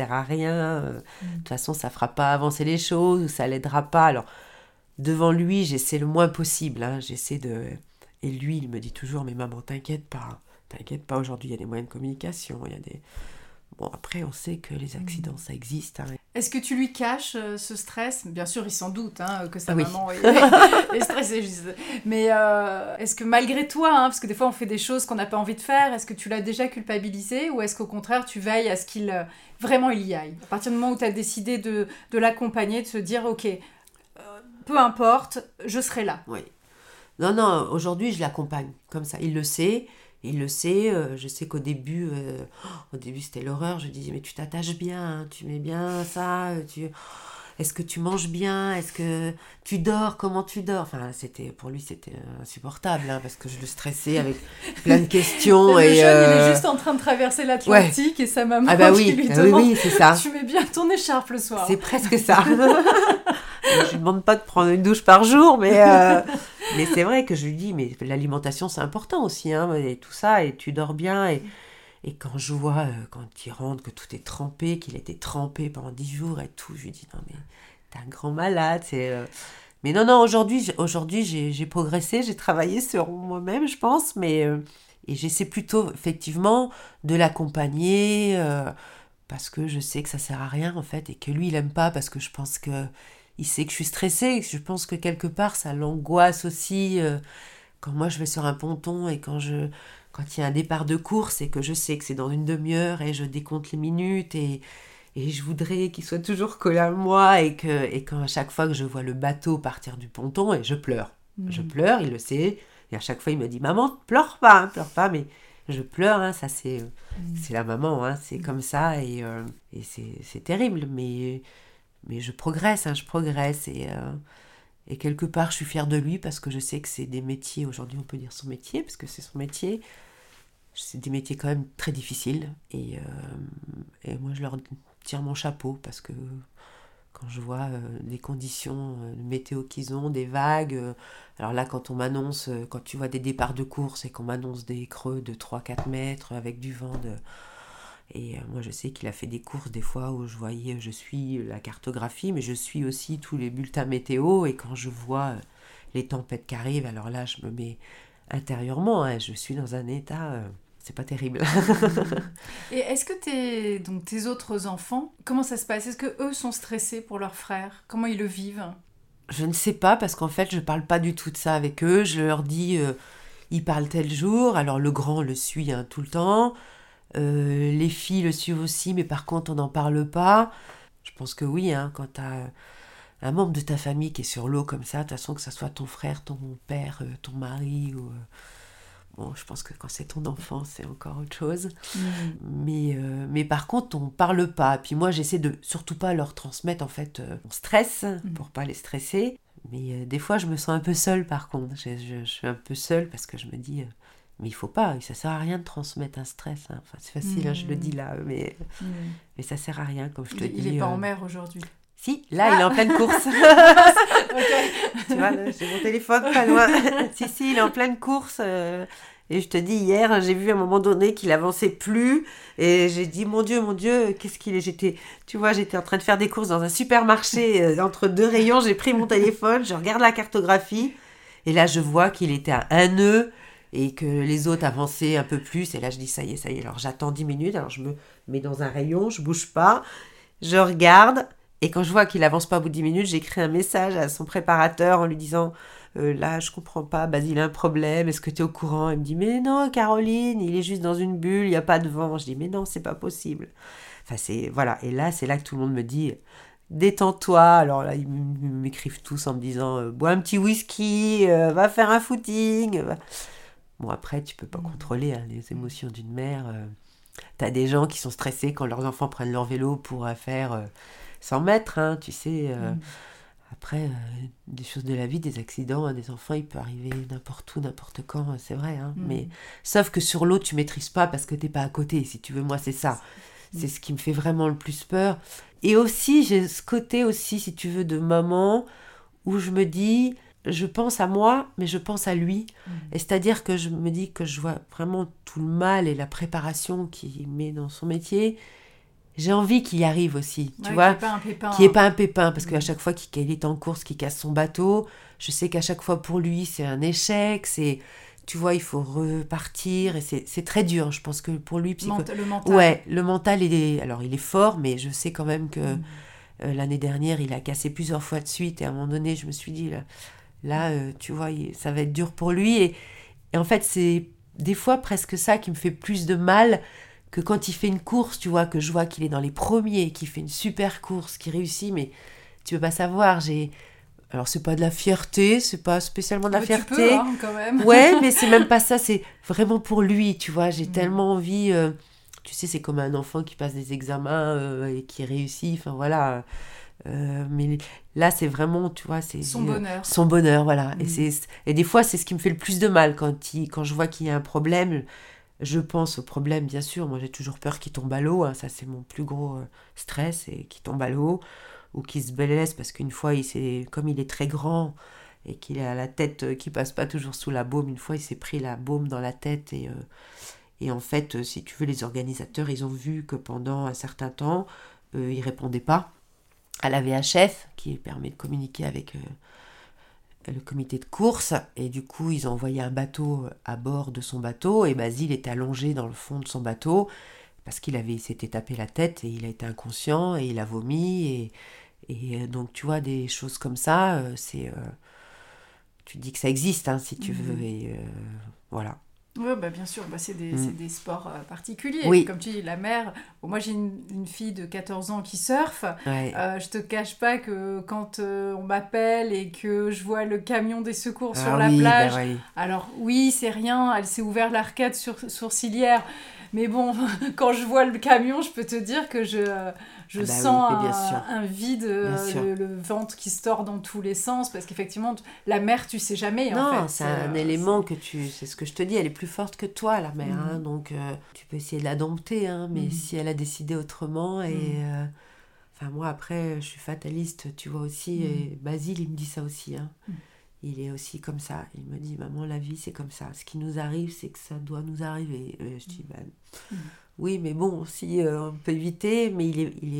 de toute façon ça fera pas avancer les choses, ou ça l'aidera pas. Alors devant lui, j'essaie le moins possible, et lui il me dit toujours, mais maman, t'inquiète pas, aujourd'hui il y a des moyens de communication, Bon, après, on sait que les accidents, ça existe. Est-ce que tu lui caches ce stress ? Bien sûr, il s'en doute que sa oui. maman est stressée. Mais est-ce que malgré toi, parce que des fois on fait des choses qu'on n'a pas envie de faire, est-ce que tu l'as déjà culpabilisé, ou est-ce qu'au contraire tu veilles à ce qu'il vraiment il y aille ? À partir du moment où tu as décidé de l'accompagner, de se dire ok, peu importe, je serai là. Oui. Non, aujourd'hui je l'accompagne comme ça, il le sait. Je sais qu'au début, c'était l'horreur, je disais, mais tu t'attaches bien, tu mets bien ça, est-ce que tu manges bien, est-ce que tu dors, comment tu dors ? Pour lui, c'était insupportable, parce que je le stressais avec plein de questions. Le jeune, il est juste en train de traverser l'Atlantique, et sa maman qui lui demande, oui, c'est ça. Tu mets bien ton écharpe le soir. C'est presque ça. Je lui demande pas de prendre une douche par jour, mais c'est vrai que je lui dis, mais l'alimentation c'est important aussi, et tout ça, et tu dors bien, Et quand je vois, quand il rentre, que tout est trempé, qu'il était trempé pendant 10 jours et tout, je lui dis, non mais t'es un grand malade. Mais non, aujourd'hui j'ai progressé, j'ai travaillé sur moi-même, je pense, et j'essaie plutôt, effectivement, de l'accompagner, parce que je sais que ça sert à rien, en fait, et que lui, il aime pas, parce que je pense que il sait que je suis stressée, et que je pense que quelque part, ça l'angoisse aussi, quand moi je vais sur un ponton, et quand il y a un départ de course, et que je sais que c'est dans une demi-heure, et je décompte les minutes, et je voudrais qu'il soit toujours collé à moi, et quand à chaque fois que je vois le bateau partir du ponton, et je pleure. Je pleure, il le sait, et à chaque fois il me dit, maman, pleure pas, mais je pleure, hein, ça c'est la maman, hein, c'est comme ça, et c'est terrible, mais je progresse, hein, et quelque part je suis fière de lui, parce que je sais que c'est des métiers, aujourd'hui on peut dire son métier, parce que c'est son métier, c'est des métiers quand même très difficiles, et moi je leur tire mon chapeau, parce que quand je vois les conditions de météo qu'ils ont, des vagues, alors là quand on m'annonce, quand tu vois des départs de course et qu'on m'annonce des creux de 3-4 mètres avec du vent, et moi je sais qu'il a fait des courses des fois où je suis la cartographie, mais je suis aussi tous les bulletins météo, et quand je vois les tempêtes qui arrivent, alors là je me mets intérieurement, hein, je suis dans un état... c'est pas terrible. Et est-ce que donc tes autres enfants, comment ça se passe? Est-ce que eux sont stressés pour leur frère? Comment ils le vivent? Je ne sais pas, parce qu'en fait, je parle pas du tout de ça avec eux. Je leur dis, ils parlent tel jour. Alors, le grand le suit, hein, tout le temps. Les filles le suivent aussi, mais par contre, on n'en parle pas. Je pense que oui, hein, quand tu as un membre de ta famille qui est sur l'eau comme ça, de toute façon, que ça soit ton frère, ton père, ton mari, ou... Bon, je pense que quand c'est ton enfant, c'est encore autre chose. Mais par contre, on parle pas. Puis moi, j'essaie de surtout pas leur transmettre, en fait, mon stress, pour pas les stresser. Mais des fois, je me sens un peu seule, par contre. Je suis un peu seule, parce que je me dis... mais il faut pas, ça sert à rien de transmettre un stress, hein. Enfin, c'est facile, hein, je le dis là, mais ça sert à rien, comme je te dis. Il est pas en mer aujourd'hui. Si, là, il est en pleine course. Tu vois, là, j'ai mon téléphone pas loin. Si, il est en pleine course. Et je te dis, hier, j'ai vu à un moment donné qu'il avançait plus. Et j'ai dit, mon Dieu, qu'est-ce qu'il est? J'étais en train de faire des courses dans un supermarché. Entre deux rayons, j'ai pris mon téléphone, je regarde la cartographie. Et là, je vois qu'il était à un nœud et que les autres avançaient un peu plus. Et là, je dis, ça y est. Alors, j'attends 10 minutes. Alors, je me mets dans un rayon, je bouge pas. Je regarde. Et quand je vois qu'il avance pas au bout de 10 minutes, j'écris un message à son préparateur en lui disant, là, je comprends pas, Basile a un problème, est-ce que tu es au courant? Il me dit, mais non, Caroline, il est juste dans une bulle, il n'y a pas de vent. Je dis, mais non, c'est pas possible. Enfin, voilà. Et là, c'est là que tout le monde me dit, détends-toi. Alors là, ils m'écrivent tous en me disant, bois un petit whisky, va faire un footing. Bon, après, tu peux pas contrôler, hein, les émotions d'une mère. T'as des gens qui sont stressés quand leurs enfants prennent leur vélo pour faire 100 mètres, hein, tu sais. Après, des choses de la vie, des accidents, hein, des enfants, il peut arriver n'importe où, n'importe quand, c'est vrai. Hein, mais sauf que sur l'eau, tu maîtrises pas parce que t'es pas à côté. Si tu veux, moi, c'est ça. C'est ce qui me fait vraiment le plus peur. Et aussi, j'ai ce côté aussi, si tu veux, de maman, où je me dis, je pense à moi, mais je pense à lui. Et c'est-à-dire que je me dis que je vois vraiment tout le mal et la préparation qu'il met dans son métier. J'ai envie qu'il y arrive aussi, tu vois, qu'il n'y ait pas un pépin, parce qu'à chaque fois qu'il est en course, qu'il casse son bateau, je sais qu'à chaque fois pour lui, c'est un échec, tu vois, il faut repartir, et c'est très dur, je pense que pour lui... Le mental. Ouais, le mental, il est fort, mais je sais quand même que l'année dernière, il a cassé plusieurs fois de suite, et à un moment donné, je me suis dit, là tu vois, ça va être dur pour lui, et en fait, c'est des fois presque ça qui me fait plus de mal que quand il fait une course, tu vois, que je vois qu'il est dans les premiers, qu'il fait une super course, qu'il réussit, mais tu peux pas savoir, alors c'est pas de la fierté, c'est pas spécialement de la fierté. Tu peux, hein, quand même. Ouais, mais c'est même pas ça, c'est vraiment pour lui, tu vois, j'ai tellement envie, tu sais, c'est comme un enfant qui passe des examens et qui réussit, enfin voilà, mais là c'est vraiment, tu vois, c'est son bonheur. Son bonheur, voilà, et des fois c'est ce qui me fait le plus de mal, quand je vois qu'il y a un problème. Je pense au problème, bien sûr. Moi, j'ai toujours peur qu'il tombe à l'eau. Hein. Ça, c'est mon plus gros stress, et qu'il tombe à l'eau ou qu'il se blesse, parce qu'une fois, comme il est très grand et qu'il a la tête qui passe pas toujours sous la baume, une fois, il s'est pris la baume dans la tête Et en fait, si tu veux, les organisateurs, ils ont vu que pendant un certain temps, ils répondaient pas à la VHF, qui permet de communiquer avec le comité de course. Et du coup, ils ont envoyé un bateau à bord de son bateau. Et Basile était allongé dans le fond de son bateau parce il s'était tapé la tête et il a été inconscient et il a vomi. Et donc, tu vois, des choses comme ça, tu te dis que ça existe, hein, si tu veux. Et voilà. Oui, bah bien sûr, bah c'est des sports particuliers. Oui. Comme tu dis, la mer... Bon, moi, j'ai une fille de 14 ans qui surfe. Ouais. Je te cache pas que quand on m'appelle et que je vois le camion des secours sur Ah la oui, plage... bah oui. Alors, oui, c'est rien, elle s'est ouvert l'arcade sourcilière. Mais bon, quand je vois le camion, je peux te dire que je bah sens oui, bien sûr. un vide, Bien sûr. le ventre qui se tord dans tous les sens, parce qu'effectivement, la mer, tu sais jamais, Non, en fait. c'est un élément que c'est ce que je te dis, elle est plus forte que toi, la mère, Mhm. hein, donc tu peux essayer de la dompter, hein, mais si elle a décidé autrement, enfin moi après, je suis fataliste, tu vois aussi, et Basile, il me dit ça aussi, hein. Il est aussi comme ça, il me dit, maman, la vie, c'est comme ça, ce qui nous arrive, c'est que ça doit nous arriver. Et je dis, oui, mais bon, si on peut éviter, mais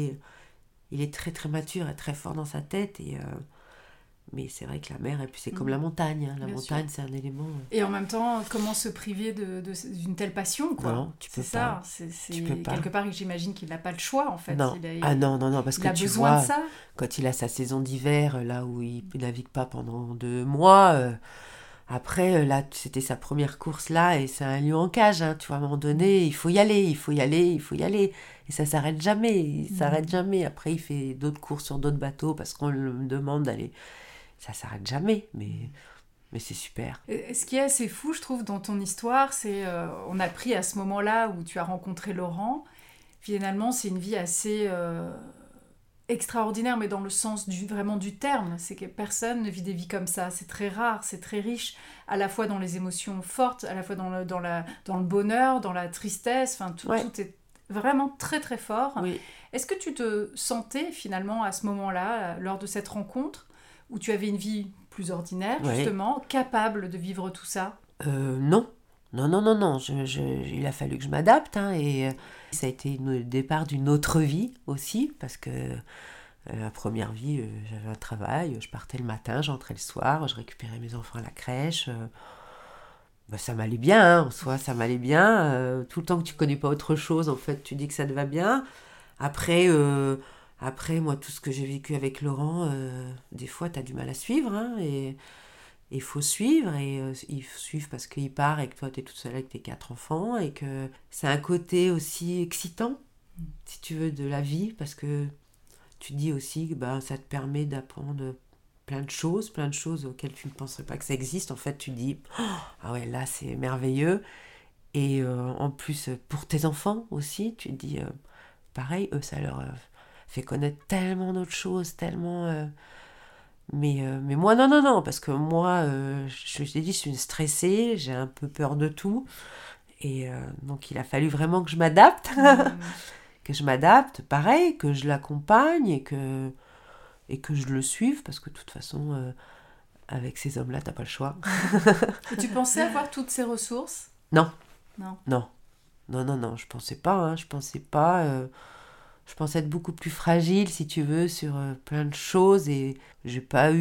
il est très très mature et très fort dans sa tête, mais c'est vrai que la mer, et puis c'est comme la montagne, hein. La Bien montagne, sûr. c'est un élément... Et en même temps, comment se priver d'une telle passion, quoi. Non, tu peux c'est pas. ça, Tu peux pas. quelque part, j'imagine qu'il n'a pas le choix, en fait. Non. Non, parce Il que a tu besoin vois, de ça. quand il a sa saison d'hiver, là où il ne navigue pas pendant 2 mois, après, là, c'était sa première course là, et c'est un lion en cage, hein, tu vois, à un moment donné, il faut y aller, il faut y aller, il faut y aller. Et ça s'arrête jamais, il s'arrête jamais. Après, il fait d'autres courses sur d'autres bateaux parce qu'on le demande d'aller. Ça s'arrête jamais, mais c'est super. Et ce qui est assez fou, je trouve, dans ton histoire, c'est on a appris à ce moment-là où tu as rencontré Laurent. Finalement, c'est une vie assez extraordinaire, mais dans le sens vraiment du terme. C'est que personne ne vit des vies comme ça. C'est très rare, c'est très riche, à la fois dans les émotions fortes, à la fois dans le bonheur, dans la tristesse. Enfin, tout est vraiment très très fort. Oui. Est-ce que tu te sentais finalement à ce moment-là, lors de cette rencontre, où tu avais une vie plus ordinaire, justement, capable de vivre tout ça ? Non. Non. Il a fallu que je m'adapte, hein, et ça a été le départ d'une autre vie aussi, parce que la première vie, j'avais un travail, je partais le matin, j'entrais le soir, je récupérais mes enfants à la crèche. Ça m'allait bien, hein, en soi, ça m'allait bien. Tout le temps que tu connais pas autre chose, en fait, tu dis que ça te va bien. Après, moi, tout ce que j'ai vécu avec Laurent, des fois, tu as du mal à suivre, hein, et il faut suivre, et il faut suivre parce qu'il part et que toi, tu es toute seule avec tes 4 enfants, et que c'est un côté aussi excitant, si tu veux, de la vie, parce que tu dis aussi que ça te permet d'apprendre plein de choses auxquelles tu ne penserais pas que ça existe. En fait, tu dis, ah ouais, là, c'est merveilleux. Et en plus, pour tes enfants aussi, tu te dis, pareil, eux, ça leur fait connaître tellement d'autres choses, tellement... Mais moi, non, parce que moi, je t'ai dit, je suis une stressée, j'ai un peu peur de tout. Et donc, il a fallu vraiment que je m'adapte. Que je m'adapte, pareil, que je l'accompagne et que je le suive, parce que de toute façon, avec ces hommes-là, t'as pas le choix. Et tu pensais avoir toutes ces ressources ? Non, Non, je pensais pas, hein, je pensais être beaucoup plus fragile, si tu veux, sur plein de choses, et j'ai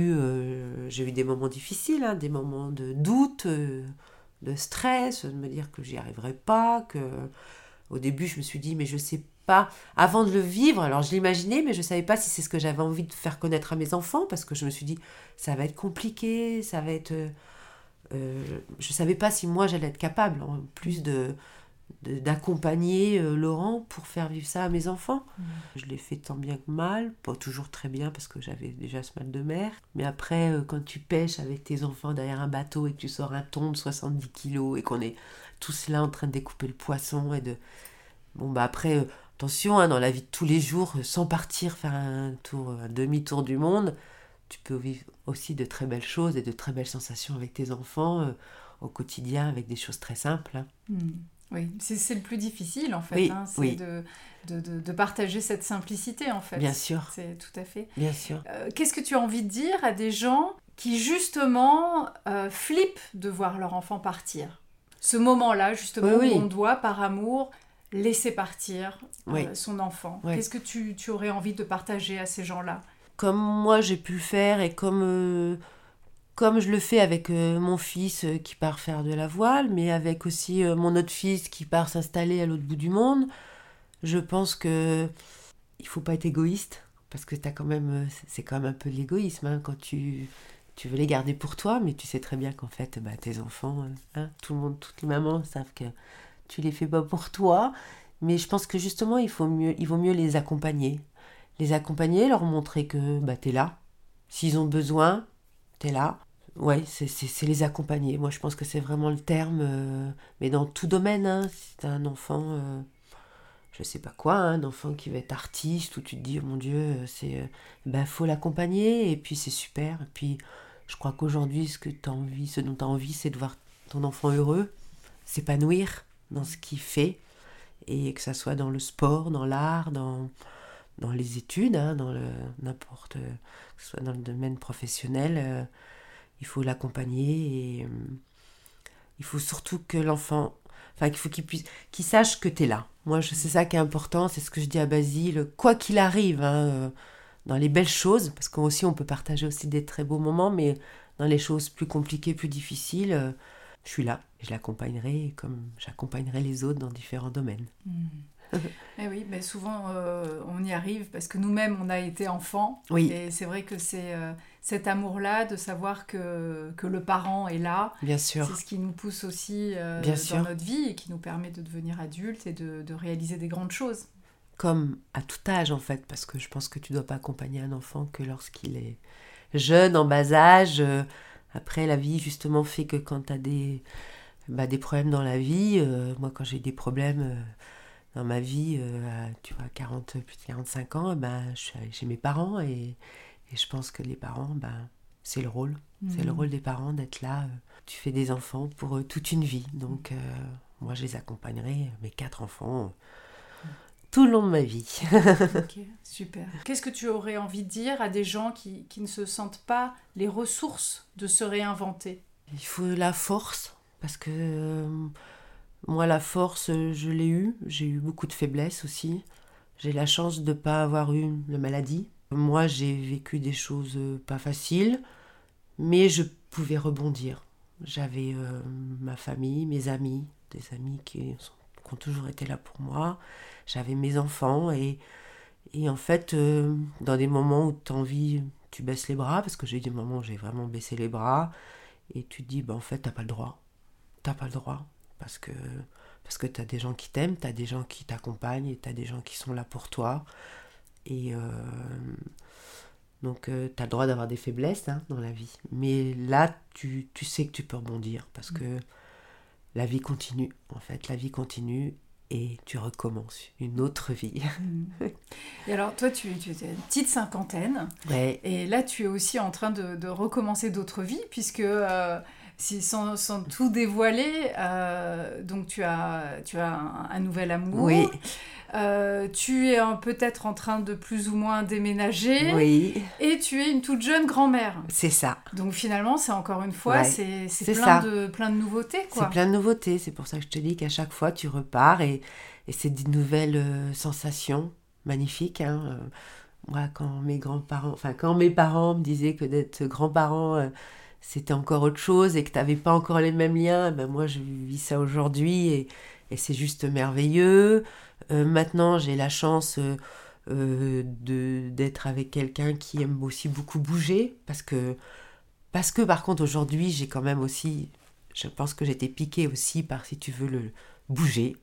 eu des moments difficiles, hein, des moments de doute, de stress, de me dire que j'y arriverais pas, que au début je me suis dit, mais je sais pas, avant de le vivre, alors je l'imaginais, mais je savais pas si c'est ce que j'avais envie de faire connaître à mes enfants, parce que je me suis dit, ça va être compliqué, ça va être... je savais pas si moi j'allais être capable, en plus d'accompagner Laurent pour faire vivre ça à mes enfants. Je l'ai fait tant bien que mal, pas toujours très bien parce que j'avais déjà ce mal de mer, mais après quand tu pêches avec tes enfants derrière un bateau et que tu sors un thon de 70 kilos et qu'on est tous là en train de découper le poisson et de... après, attention, hein, dans la vie de tous les jours, sans partir faire un demi-tour du monde, tu peux vivre aussi de très belles choses et de très belles sensations avec tes enfants au quotidien, avec des choses très simples, hein. Oui, c'est le plus difficile en fait, oui, hein, c'est oui. de partager cette simplicité en fait. Bien sûr. C'est tout à fait. Bien sûr. Qu'est-ce que tu as envie de dire à des gens qui justement flippent de voir leur enfant partir ? ce moment-là, justement, Oui. où on doit, par amour, laisser partir Oui. son enfant. Oui. Qu'est-ce que tu aurais envie de partager à ces gens-là? Comme moi j'ai pu le faire et comme je le fais avec mon fils qui part faire de la voile, mais avec aussi mon autre fils qui part s'installer à l'autre bout du monde, je pense que il faut pas être égoïste, parce que t'as quand même, c'est quand même un peu de l'égoïsme hein, quand tu veux les garder pour toi, mais tu sais très bien qu'en fait, tes enfants, hein, tout le monde, toutes les mamans savent que tu les fais pas pour toi, mais je pense que justement, il vaut mieux les accompagner, leur montrer que t'es là. S'ils ont besoin, t'es là. Ouais, c'est les accompagner. Moi, je pense que c'est vraiment le terme, mais dans tout domaine, hein, si t'as un enfant, je sais pas quoi, hein, un enfant qui va être artiste, où tu te dis, oh mon Dieu, faut l'accompagner, et puis c'est super. Et puis, je crois qu'aujourd'hui, ce dont t'as envie, c'est de voir ton enfant heureux, s'épanouir dans ce qu'il fait, et que ça soit dans le sport, dans l'art, dans les études, hein, que ce soit dans le domaine professionnel, il faut l'accompagner et il faut surtout que l'enfant, qu'il faut qu'il sache que t'es là. Moi, c'est ça qui est important, c'est ce que je dis à Basile, quoi qu'il arrive, hein, dans les belles choses, parce qu'aussi on peut partager aussi des très beaux moments, mais dans les choses plus compliquées, plus difficiles, je suis là, je l'accompagnerai comme j'accompagnerai les autres dans différents domaines. Eh oui, mais souvent on y arrive parce que nous-mêmes on a été enfants. Oui. Et c'est vrai que c'est cet amour-là de savoir que le parent est là. Bien sûr. C'est ce qui nous pousse aussi Bien dans sûr. notre vie et qui nous permet de devenir adultes et de réaliser des grandes choses. Comme à tout âge en fait, parce que je pense que tu dois pas accompagner un enfant que lorsqu'il est jeune, en bas âge. Après, la vie justement fait que quand tu as des problèmes dans la vie, moi quand j'ai des problèmes dans ma vie, tu vois, plus de 45 ans, je suis allée chez mes parents et je pense que les parents, c'est le rôle. C'est le rôle des parents d'être là. Tu fais des enfants pour toute une vie. Donc, moi, je les accompagnerai, mes 4 enfants, tout le long de ma vie. Ok, super. Qu'est-ce que tu aurais envie de dire à des gens qui ne se sentent pas les ressources de se réinventer? Il faut la force, parce que moi, la force, je l'ai eue. J'ai eu beaucoup de faiblesses aussi. J'ai la chance de ne pas avoir eu la maladie. Moi, j'ai vécu des choses pas faciles, mais je pouvais rebondir. J'avais ma famille, mes amis, des amis qui ont toujours été là pour moi. J'avais mes enfants et en fait, dans des moments où tu as envie, tu baisses les bras, parce que j'ai eu des moments où j'ai vraiment baissé les bras, et tu te dis, en fait, t'as pas le droit. T'as pas le droit, parce que t'as des gens qui t'aiment, t'as des gens qui t'accompagnent, et t'as des gens qui sont là pour toi. Et donc, t'as le droit d'avoir des faiblesses hein, dans la vie. Mais là, tu sais que tu peux rebondir, parce que la vie continue, en fait. La vie continue, et tu recommences une autre vie. Et alors, toi, tu étais une petite cinquantaine. Ouais. Et là, tu es aussi en train de recommencer d'autres vies, puisque sans tout dévoiler, donc tu as un nouvel amour. Oui. Tu es peut-être en train de plus ou moins déménager. Oui. Et tu es une toute jeune grand-mère. C'est ça. Donc finalement, c'est encore une fois, Ouais. c'est plein de nouveautés, quoi. C'est plein de nouveautés. C'est pour ça que je te dis qu'à chaque fois, tu repars et c'est des nouvelles sensations magnifiques. Hein. Moi, quand mes parents me disaient que d'être grands-parents, c'était encore autre chose et que tu n'avais pas encore les mêmes liens, moi, je vis ça aujourd'hui et c'est juste merveilleux. Maintenant, j'ai la chance d'être avec quelqu'un qui aime aussi beaucoup bouger parce que par contre aujourd'hui j'ai quand même aussi, je pense que j'étais piquée aussi par, si tu veux, le bouger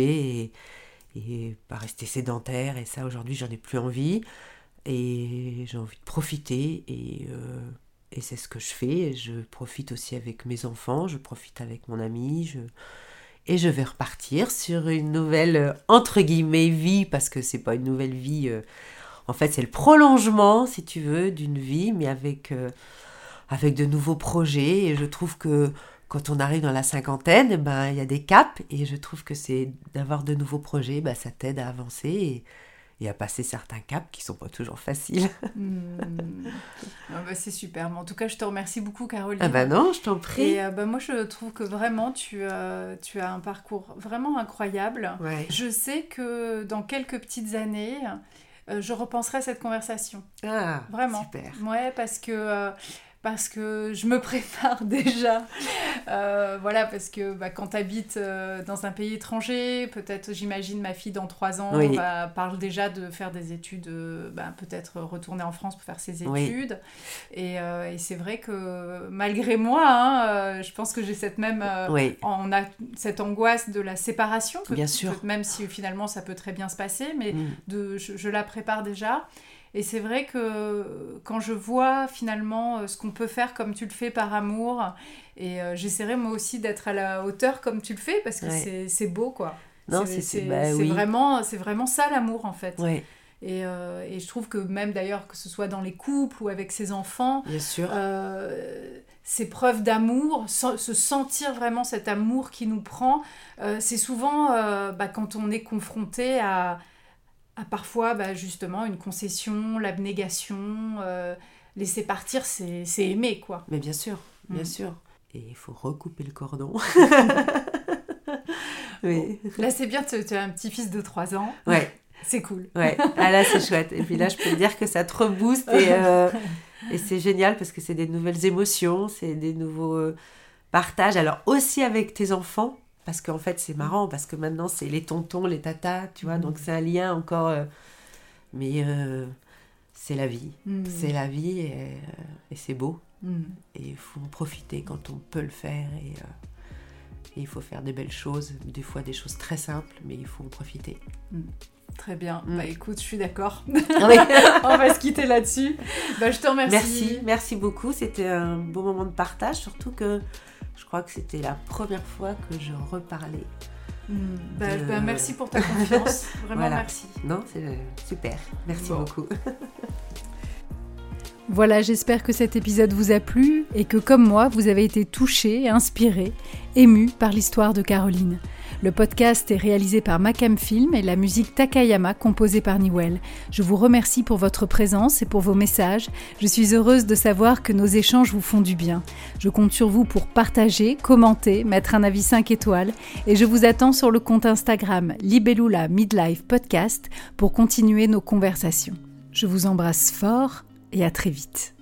et pas rester sédentaire, et ça aujourd'hui j'en ai plus envie et j'ai envie de profiter et c'est ce que je fais. Je profite aussi avec mes enfants, je profite avec mon ami, et je vais repartir sur une nouvelle, entre guillemets, vie, parce que c'est pas une nouvelle vie, en fait c'est le prolongement, si tu veux, d'une vie, mais avec de nouveaux projets. Et je trouve que quand on arrive dans la cinquantaine, il y a des caps, et je trouve que c'est d'avoir de nouveaux projets, ça t'aide à avancer, et à passer certains caps qui sont pas toujours faciles. C'est super. Mais en tout cas, je te remercie beaucoup, Caroline. Ah bah non, je t'en prie. Et moi, je trouve que vraiment, tu as un parcours vraiment incroyable. Ouais. Je sais que dans quelques petites années, je repenserai à cette conversation. Ah, vraiment. Super. Ouais, parce que je me prépare déjà. Voilà, parce que quand tu habites dans un pays étranger, peut-être, j'imagine, ma fille dans 3 ans parle déjà de faire des études, peut-être retourner en France pour faire ses études. Et c'est vrai que malgré moi, je pense que j'ai cette même... on a cette angoisse de la séparation. Bien sûr. Même si finalement ça peut très bien se passer, mais je la prépare déjà. Et c'est vrai que quand je vois finalement ce qu'on peut faire comme tu le fais par amour, et j'essaierai moi aussi d'être à la hauteur comme tu le fais, parce que c'est beau, quoi. Non, c'est vraiment ça l'amour, en fait. Ouais. Et je trouve que même d'ailleurs, que ce soit dans les couples ou avec ses enfants, bien sûr. Ces preuves d'amour, se sentir vraiment cet amour qui nous prend, c'est souvent quand on est confronté à parfois justement une concession, l'abnégation, laisser partir, c'est aimer, quoi. Mais bien sûr. Et il faut recouper le cordon. Oui. Bon, là c'est bien, tu as un petit-fils de 3 ans. Ouais. C'est cool. Ouais. Ah là c'est chouette. Et puis là je peux te dire que ça te rebooste et c'est génial parce que c'est des nouvelles émotions, c'est des nouveaux partages. Alors aussi avec tes enfants. Parce qu'en fait, c'est marrant, parce que maintenant, c'est les tontons, les tatas, tu vois, donc c'est un lien encore... mais c'est la vie. C'est la vie et c'est beau. Et il faut en profiter quand on peut le faire. Et il faut faire des belles choses, des fois des choses très simples, mais il faut en profiter. Très bien. Écoute, je suis d'accord. Oui. On va se quitter là-dessus. Je te remercie. Merci beaucoup. C'était un beau moment de partage, surtout que... Je crois que c'était la première fois que je reparlais. Merci pour ta confiance. Vraiment, merci. Non, c'est super. Merci beaucoup. Voilà, j'espère que cet épisode vous a plu et que, comme moi, vous avez été touchés, inspirés, émus par l'histoire de Caroline. Le podcast est réalisé par Macam Film et la musique Takayama composée par Newell. Je vous remercie pour votre présence et pour vos messages. Je suis heureuse de savoir que nos échanges vous font du bien. Je compte sur vous pour partager, commenter, mettre un avis 5 étoiles et je vous attends sur le compte Instagram Libellula Midlife Podcast pour continuer nos conversations. Je vous embrasse fort et à très vite.